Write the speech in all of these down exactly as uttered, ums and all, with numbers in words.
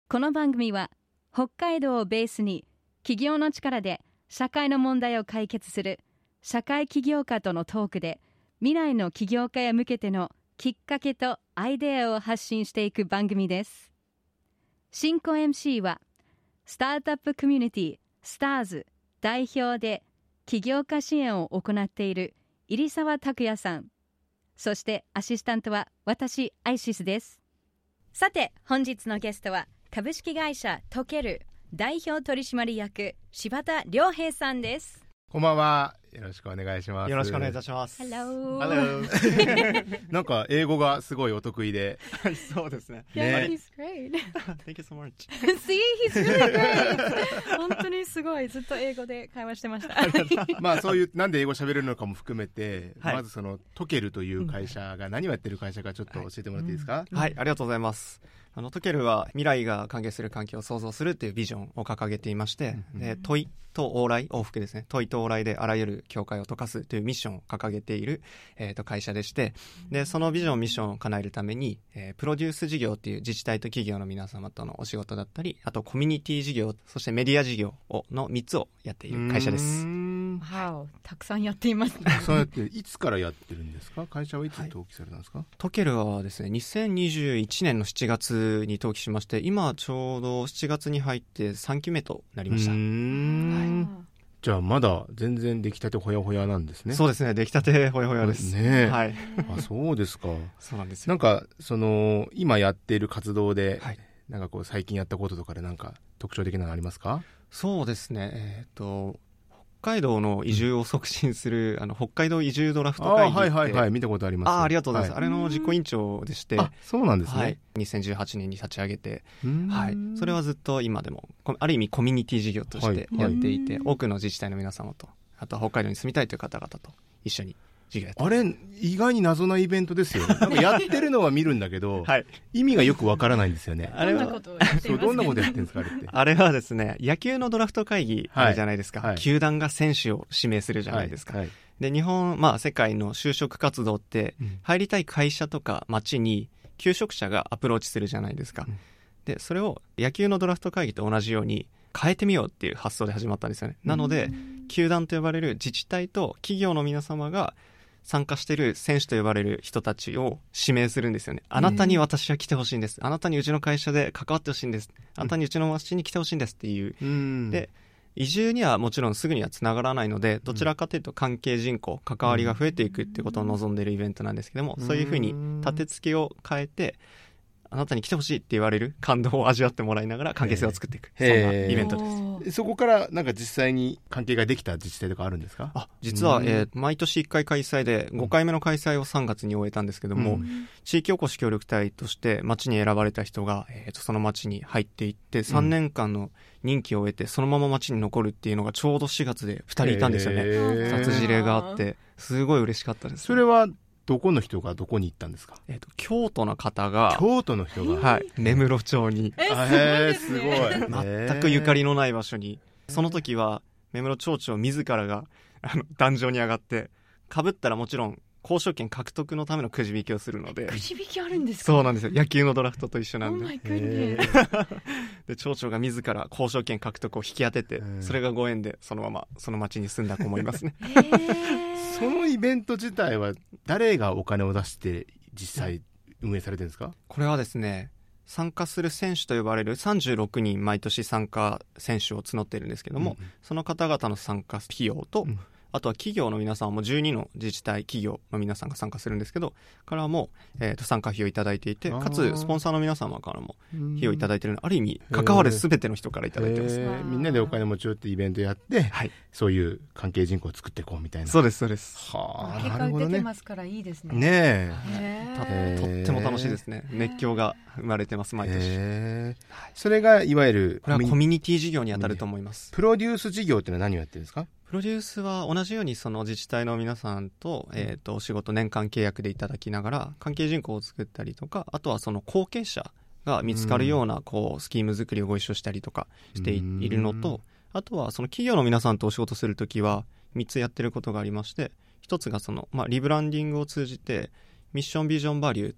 この番組は北海道をベースに企業の力で社会の問題を解決する社会起業家とのトークで、未来の起業家へ向けてのきっかけとアイデアを発信していく番組です。進行 エムシー はスタートアップコミュニティスターズ代表で起業家支援を行っている入澤拓也さん、そしてアシスタントは私アイシスです。さて本日のゲストは株式会社トケル代表取締役柴田良平さんです。 こんばんは、よろしくお願いします。 よろしくお願いいたします。 Hello Hello なんか英語がすごいお得意でそうですね。 Yeah, he's great. Thank you so much. See, he's really great. 本当にすごい、ずっと英語で会話してましたまあそういうなんで英語喋れるのかも含めて、 はい、 まずそのトケルという会社が何をやってる会社かちょっと教えてもらっていいですか？ はい、はい、ありがとうございます。あのトケルは未来が関係する環境を創造するというビジョンを掲げていまして、うん、で問いと往来、往復ですね、問いと往来であらゆる境界を解かすというミッションを掲げている、えー、と会社でして、でそのビジョンミッションを叶えるために、えー、プロデュース事業という自治体と企業の皆様とのお仕事だったり、あとコミュニティ事業、そしてメディア事業をのみっつをやっている会社です。 wow, たくさんやっていますねそうやっていつからやってるんですか？会社はいつ登記されたんですか？はい、 トケルはですねにせんにじゅういちねんのしちがつに登記しまして、今ちょうどしちがつに入ってさんきめとなりました。うーん、 はい、じゃあまだ全然出来たてほやほやなんですね。 そうですね、出来たてほやほやですね。 はい、 あ、そうですか。 そうなんですよ。 なんかその今やっている活動で、 はい、 なんかこう最近やったこととかでなんか特徴的なのありますか？ そうですね、えーと北海道の移住を促進する、うん、あの北海道移住ドラフト会議って、 あ、はいはいはい、見たことあります。 あ、ありがとうございます、 はい、 あれの実行委員長でして。 あ、そうなんですね。はい、 にせんじゅうはちねんに立ち上げて、はい、それはずっと今でもある意味コミュニティ事業としてやっていて、はいはい、多くの自治体の皆様と、あとは北海道に住みたいという方々と一緒に事業やってます。 あれ意外に謎なイベントですよね。なんかやってるのは見るんだけど、はい、意味がよくわからないんですよね。 あれはどんなことをやってますか？そう、 どんなことやってるんですか？あれってあれはですね、野球のドラフト会議あるじゃないですか、はいはい、球団が選手を指名するじゃないですか、はいはい、で日本、まあ、世界の就職活動って入りたい会社とか町に求職者がアプローチするじゃないですか、うん、でそれを野球のドラフト会議と同じように変えてみようっていう発想で始まったんですよね。なので球団と呼ばれる自治体と企業の皆様が参加している選手と呼ばれる人たちを指名するんですよね。あなたに私は来てほしいんです、あなたにうちの会社で関わってほしいんです、あなたにうちの町に来てほしいんですっていう、うん、で移住にはもちろんすぐにはつながらないので、どちらかというと関係人口、関わりが増えていくってことを望んでいるイベントなんですけども、そういうふうに立て付けを変えて、あなたに来てほしいって言われる感動を味わってもらいながら関係性を作っていく、そんなイベントです。 そこからなんか実際に関係ができた自治体とかあるんですか？ あ、実は、えー、毎年いっかい開催でごかいめの開催をさんがつに終えたんですけども、うん、地域おこし協力隊として町に選ばれた人が、えー、とその町に入っていってさんねんかんの任期を終えてそのまま町に残るっていうのがちょうどしがつでふたりいたんですよね。ふたつ事例があってすごい嬉しかったです、ね。 それはどこの人がどこに行ったんですか？ えー、と京都の方が京都の人が、 はい、根室町に、 えー、すごいですね。全くゆかりのない場所に、その時は根室町長自らがあの壇上に上がって被ったらもちろん交渉権獲得のためのくじ引きをするので。 くじ引きあるんですか？ そうなんですよ、野球のドラフトと一緒なんで。 Oh my goodness で町長が自ら交渉権獲得を引き当てて、それがご縁でそのままその町に住んだと思いますね。 そのイベント自体は誰がお金を出して実際運営されてるんですか？ これはですね、参加する選手と呼ばれるさんじゅうろくにん毎年参加選手を募っているんですけども、うん、その方々の参加費用と、うん、あとは企業の皆さんもじゅうにの自治体企業の皆さんが参加するんですけどからも、えー、と参加費をいただいていて、かつスポンサーの皆様からも費をいただいているので、ある意味関わるすべての人からいただいてます。 みんなでお金持ちよってイベントやって、はい、そういう関係人口を作っていこうみたいな。 そうですそうです。 はあ、結果出てますからいいですね。 ねえ、とっても楽しいですね。熱狂が生まれてます毎年。 それがいわゆるこれはコミュニティ事業に当たると思います。 プロデュース事業ってのは何をやってるんですか？ プロデュースは同じようにその自治体の皆さんと、えー、とお仕事年間契約でいただきながら関係人口を作ったりとか、あとはその後継者が見つかるようなこうスキーム作りをご一緒したりとかしているのと、あとはその企業の皆さんとお仕事するときはみっつやってることがありまして、ひとつがその、まあ、リブランディングを通じてミッションビジョンバリューとか、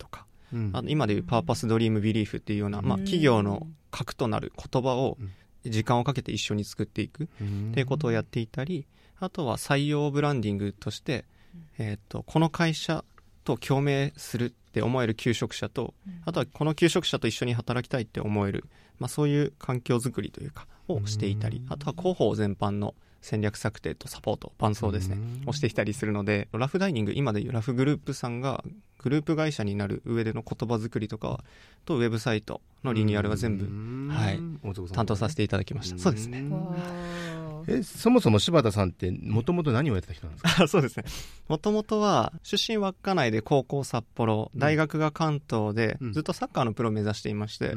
うん、あの今でいうパーパスドリームビリーフっていうような、まあ、企業の核となる言葉を時間をかけて一緒に作っていくっていうことをやっていたり、あとは採用ブランディングとして、えー、とこの会社と共鳴するって思える求職者と、あとはこの求職者と一緒に働きたいって思える、まあ、そういう環境づくりというかをしていたり、あとは広報全般の戦略策定とサポート、伴走ですね、をしていたりするので、ラフダイニング、今でいうラフグループさんがグループ会社になる上での言葉作りとかとウェブサイトのリニューアルは全部、はい、担当させていただきました。そうですね。 えそもそも柴田さんってもともと何をやってた人なんですか？ そうですね、もともとは出身稚内で、高校札幌、大学が関東で、うん、ずっとサッカーのプロを目指していまして、うん、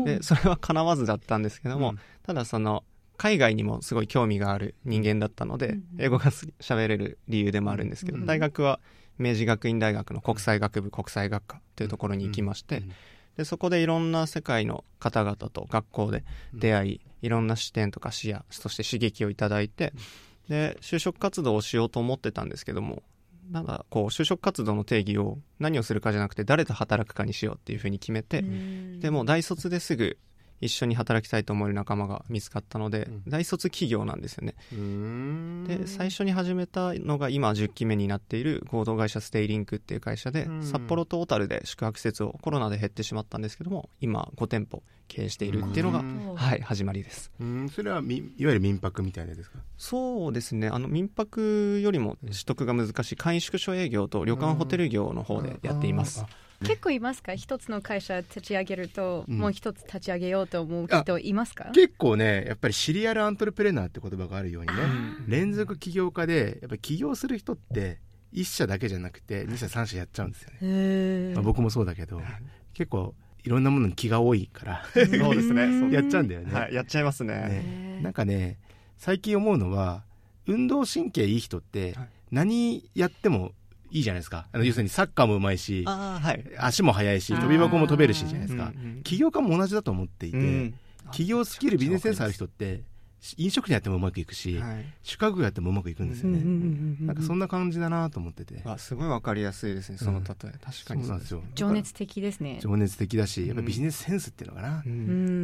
でそれは叶わずだったんですけども、うん、ただその海外にもすごい興味がある人間だったので、うん、英語が喋れる理由でもあるんですけど、うん、大学は明治学院大学の国際学部国際学科というところに行きまして、うんうん、でそこでいろんな世界の方々と学校で出会い、いろんな視点とか視野、そして刺激をいただいて、で就職活動をしようと思ってたんですけども、なんかこう就職活動の定義を何をするかじゃなくて誰と働くかにしようっていうふうに決めて、でもう大卒ですぐ一緒に働きたいと思える仲間が見つかったので、うん、大卒企業なんですよね。うーんで最初に始めたのが今じゅっきめになっている合同会社ステイリンクっていう会社で、札幌と小樽で宿泊施設をコロナで減ってしまったんですけども、今ご店舗経営しているっていうのが、はい、始まりです。 うん、それはいわゆる民泊みたいなですか？ そうですね、あの民泊よりも取得が難しい簡易宿所営業と旅館ホテル業の方でやっています。 結構いますか？一つの会社立ち上げると、うん、もう一つ立ち上げようと思う人いますか？ 結構ね、やっぱりシリアルアントレプレナーって言葉があるようにね、連続起業家でやっぱり起業する人って一社だけじゃなくて二社三社やっちゃうんですよね。まあ、僕もそうだけど結構いろんなものに気が多いからそうですねやっちゃうんだよね、 はい、やっちゃいますね。 ね、なんかね、最近思うのは運動神経いい人って何やってもいいじゃないですか。あの要するにサッカーもうまいし、あ、はい、足も速いし、飛び箱も飛べるしじゃないですか。うんうん、起業家も同じだと思っていて、うん、起業スキル、ビジネスセンスある人って飲食店やってもうまくいくし、はい、宿泊業やってもうまくいくんですよね。なんかそんな感じだなと思ってて、 あ、すごいわかりやすいですね、その例え、うん、確かにそうなんですよ。 情熱的ですね。 情熱的だし、やっぱビジネスセンスっていうのかな、うん、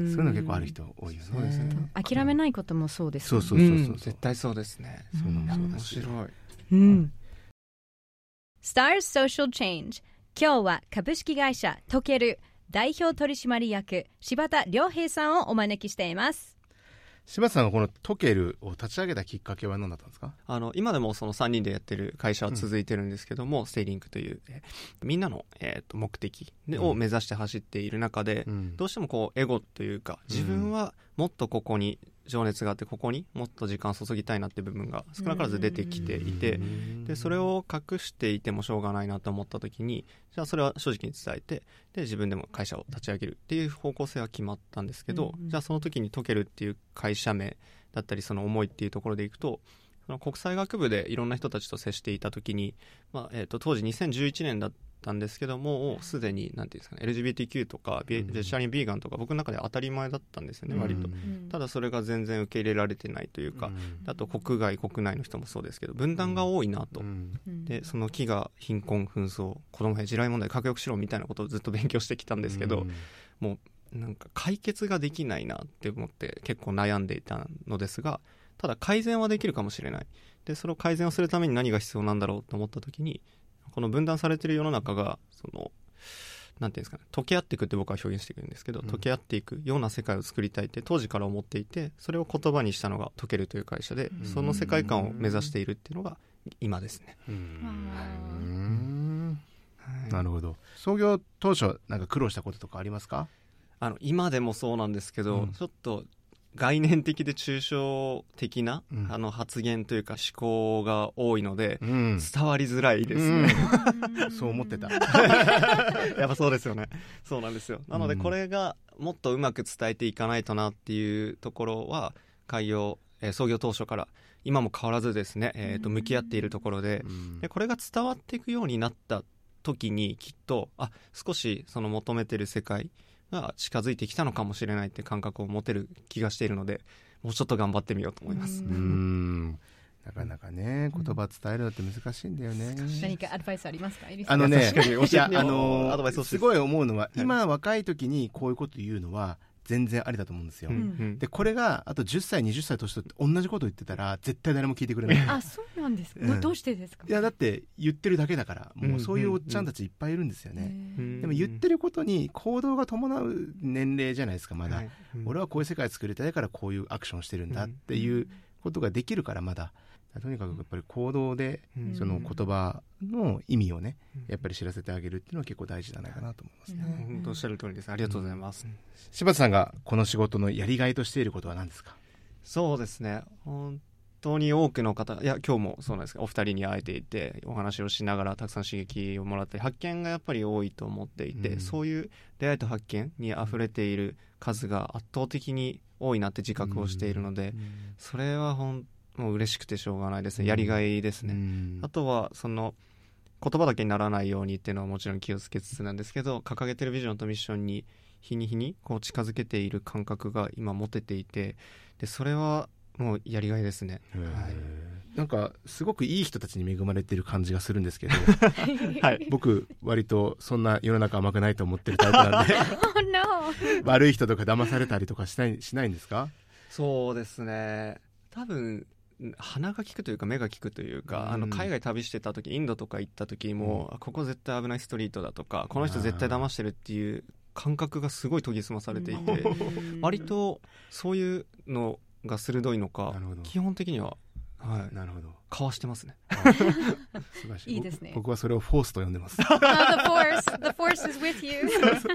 そういうの結構ある人多いよね。そうですね。 諦めないこともそうですね。 そうそうそうそう、うん、 絶対そうですね。 そういうのもそうだ面し、 白い。 うん。Stars Social Change、 今日は株式会社トケル代表取締役柴田良平さんをお招きしています。 柴田さんがこのトケルを立ち上げたきっかけは何だったんですか？ あの今でもそのさんにんでやってる会社は続いてるんですけども、うん、ステイリンクという、えー、みんなの、えー、と目的を目指して走っている中で、うん、どうしてもこうエゴというか、自分はもっとここに情熱があって、ここにもっと時間を注ぎたいなって部分が少なからず出てきていて、でそれを隠していてもしょうがないなと思った時に、じゃあそれは正直に伝えて、で自分でも会社を立ち上げるっていう方向性は決まったんですけど、じゃあその時にトケルっていう会社名だったり、その思いっていうところでいくと、その国際学部でいろんな人たちと接していた時に、まあえー、と当時にせんじゅういちねんだったんですけども、すでになんていうんですかね、 エルジービーティーキュー とかベジタリアンビーガンとか僕の中で当たり前だったんですよね、割と。ただそれが全然受け入れられてないというか、あと国外国内の人もそうですけど、分断が多いなと。でその飢餓、貧困、紛争、子どもや地雷問題、核抑止論みたいなことをずっと勉強してきたんですけど、もうなんか解決ができないなって思って結構悩んでいたのですが、ただ改善はできるかもしれない。でそれを改善をするために何が必要なんだろうと思った時に、この分断されている世の中がそのなんていうんですかね、溶け合っていくって僕は表現していくんですけど、うん、溶け合っていくような世界を作りたいって当時から思っていて、それを言葉にしたのがトケルという会社で、その世界観を目指しているっていうのが今ですね。うーん、はい、なるほど。創業当初なんか苦労したこととかありますか？ あの今でもそうなんですけど、うん、ちょっと概念的で抽象的な、うん、あの発言というか思考が多いので、うん、伝わりづらいですね、 うん、そう思ってたやっぱそうですよね。そうなんですよ。なのでこれがもっとうまく伝えていかないとなっていうところは開業、えー、創業当初から今も変わらずですね、えー、と向き合っているところ で,、うん、でこれが伝わっていくようになった時にきっとあ少しその求めてる世界が近づいてきたのかもしれないって感覚を持てる気がしているので、もうちょっと頑張ってみようと思います。 うーん、 なかなかね、言葉伝えるのって難しいんだよね。 何かアドバイスありますか？ あのね、 いや、 あのアドバイスすごい思うのは、今若い時にこういうこと言うのは全然ありだと思うんですよ、うんうん、でこれがあとじゅっさいにじゅっさい年取って同じこと言ってたら絶対誰も聞いてくれない。 あ、そうなんですか、うん、どうしてですか？ いやだって言ってるだけだから、もうそういうおっちゃんたちいっぱいいるんですよね、うんうん、でも言ってることに行動が伴う年齢じゃないですかまだ、はいうん、俺はこういう世界作りたいからこういうアクションしてるんだっていうことができるから、まだとにかくやっぱり行動でその言葉の意味をねやっぱり知らせてあげるっていうのは結構大事じゃないかなと思いますね、 うん、本当おっしゃる通りです。ありがとうございます、うん、 柴田さんがこの仕事のやりがいとしていることは何ですか？ そうですね、本当に多くの方、いや今日もそうなんですがお二人に会えていてお話をしながらたくさん刺激をもらったり発見がやっぱり多いと思っていて、うん、そういう出会いと発見に溢れている数が圧倒的に多いなって自覚をしているので、うん、それは本もう嬉しくてしょうがないですね。やりがいですね、うん、あとはその言葉だけにならないようにっていうのはもちろん気をつけつつなんですけど、掲げてるビジョンとミッションに日に日にこう近づけている感覚が今持てていて、でそれはもうやりがいですね、はい、 なんかすごくいい人たちに恵まれてる感じがするんですけど、はい、僕割とそんな世の中甘くないと思ってるタイプなんでoh, no. 悪い人とか騙されたりとかしない、しないんですか？ そうですね、多分鼻が利くというか目が利くというか、うん、あの海外旅してた時インドとか行った時も、うん、ここ絶対危ないストリートだとかこの人絶対騙してるっていう感覚がすごい研ぎ澄まされていて、うん、割とそういうのが鋭いのか基本的には、はい、なるほどかわしてますね。 素晴らしい。いいですね。僕はそれをフォースと呼んでます。 oh, the force, the force is with you.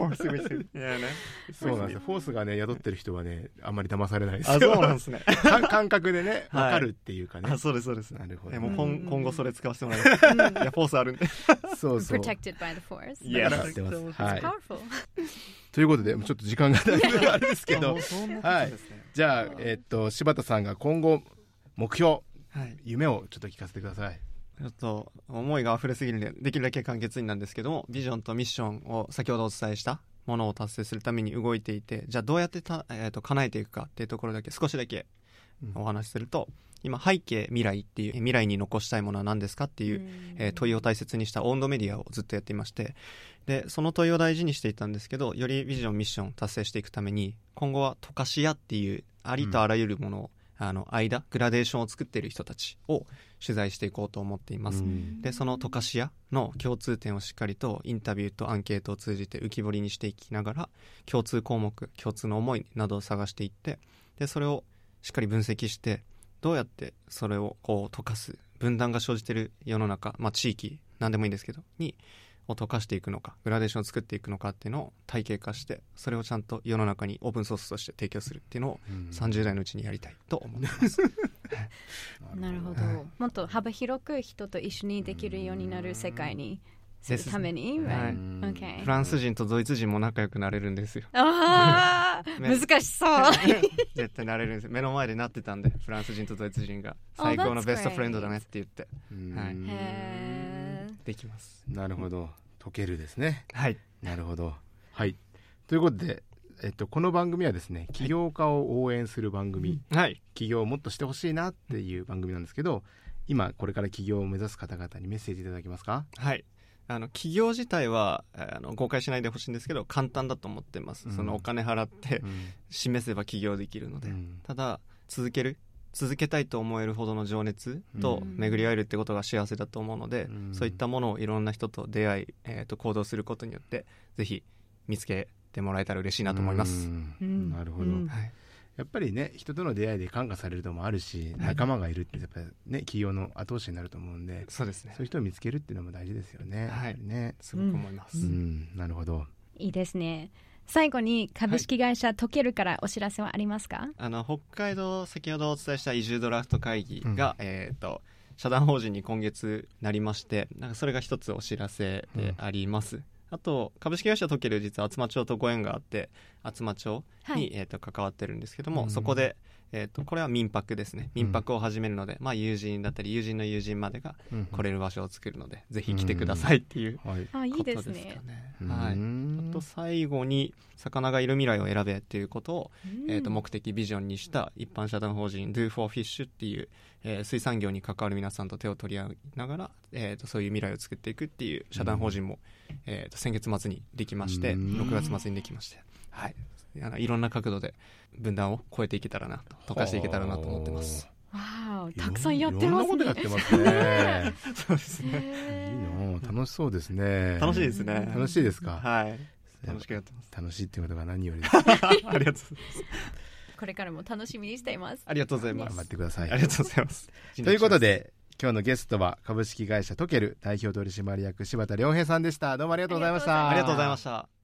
そうなんですよ。フォースがね宿ってる人はねあんまり騙されないですよ。 あ、そうなんですね。 感覚でね分かるっていうかね、 はい、あ、そうですそうです。なるほど。えもう 今, 今後それ使わせてもらいます。いやフォースあるんで。 そうそう。Protected by the force. いや、知ってます。はい。ということでちょっと時間がだいぶあれですけど、はい。じゃあえっと柴田さんが今後目標。はい、夢をちょっと聞かせてください。 ちょっと思いが溢れすぎるのでできるだけ簡潔になんですけども、ビジョンとミッションを先ほどお伝えしたものを達成するために動いていて、じゃあどうやってた、えー、と叶えていくかっていうところだけ少しだけお話しすると、うん、今背景未来っていう未来に残したいものは何ですかっていう、えー、問いを大切にした温度メディアをずっとやっていまして、でその問いを大事にしていたんですけど、よりビジョンミッションを達成していくために今後は溶かし屋っていうありとあらゆるものを、うんあの間グラデーションを作っている人たちを取材していこうと思っています、うん、でその溶かし屋の共通点をしっかりとインタビューとアンケートを通じて浮き彫りにしていきながら共通項目共通の思いなどを探していって、でそれをしっかり分析してどうやってそれをこう溶かす、分断が生じている世の中、まあ、地域何でもいいんですけどにを溶かしていくのか、グラデーションを作っていくのかっていうのを体系化して、それをちゃんと世の中にオープンソースとして提供するっていうのをさんじゅう代のうちにやりたいと思ってますなるほど、もっと幅広く人と一緒にできるようになる世界にするために、 はいokay、フランス人とドイツ人も仲良くなれるんですよ。 あ難しそう絶対なれるんですよ。目の前でなってたんで、フランス人とドイツ人が最高のベストフレンドだねって言って、はい、へできます。 なるほど、解けるですね。 はい、 なるほど。はい、ということで、えっと、この番組はですね、起業家を応援する番組、はい、起業をもっとしてほしいなっていう番組なんですけど、今これから起業を目指す方々にメッセージいただけますか？ はい、あの起業自体はあの誤解しないでほしいんですけど簡単だと思ってます、うん、そのお金払って示せば起業できるので、うん、ただ続ける続けたいと思えるほどの情熱と巡り合えるってことが幸せだと思うので、うん、そういったものをいろんな人と出会い、えー、と行動することによってぜひ見つけてもらえたら嬉しいなと思います。 うん、なるほど、うんはい、やっぱりね、人との出会いで感化されるのもあるし、はい、仲間がいるってやっぱりね、起業の後押しになると思うんで、 そうですね、 そういう人を見つけるっていうのも大事ですよね。 はい、 ね、 すごく思います、 うんうん、なるほど、 いいですね。最後に株式会社トケルからお知らせはありますか？はい、 あの北海道、先ほどお伝えした移住ドラフト会議が、うん、えーと社団法人に今月なりまして、なんかそれが一つお知らせであります、うん、あと株式会社トケル実は厚真町とご縁があって、 厚真町に、はい、えー、と関わってるんですけども、 うん、 そこで、えー、とこれは民泊ですね。民泊を始めるので、うん、まあ、友人だったり友人の友人までが来れる場所を作るので、うん、ぜひ来てくださいっていうことですかね。 いいですね。 はい、あと最後に魚がいる未来を選べっていうことを、うん、えー、と目的ビジョンにした一般社団法人 Do for Fish っていう、えー、水産業に関わる皆さんと手を取り合いながら、えー、とそういう未来を作っていくっていう社団法人も、うん、えー、と先月末にできまして、うん、ろくがつ末にできまして、はい、あのいろんな角度で分断を超えていけたらなと、溶かしていけたらなと思ってます。 わー、たくさんやってますね。 いろんなことやってますね。 そうですね。 いいの、楽しそうですね。 楽しいですね。 楽しいですか。 はい。楽しくやってます。 楽しいってことが何よりです。ありがとうございます。 これからも楽しみにしています。 ありがとうございます。 頑張ってください。 ありがとうございます。 ということで、今日のゲストは株式会社トケル代表取締役柴田良平さんでした。どうもありがとうございました。 ありがとうございました。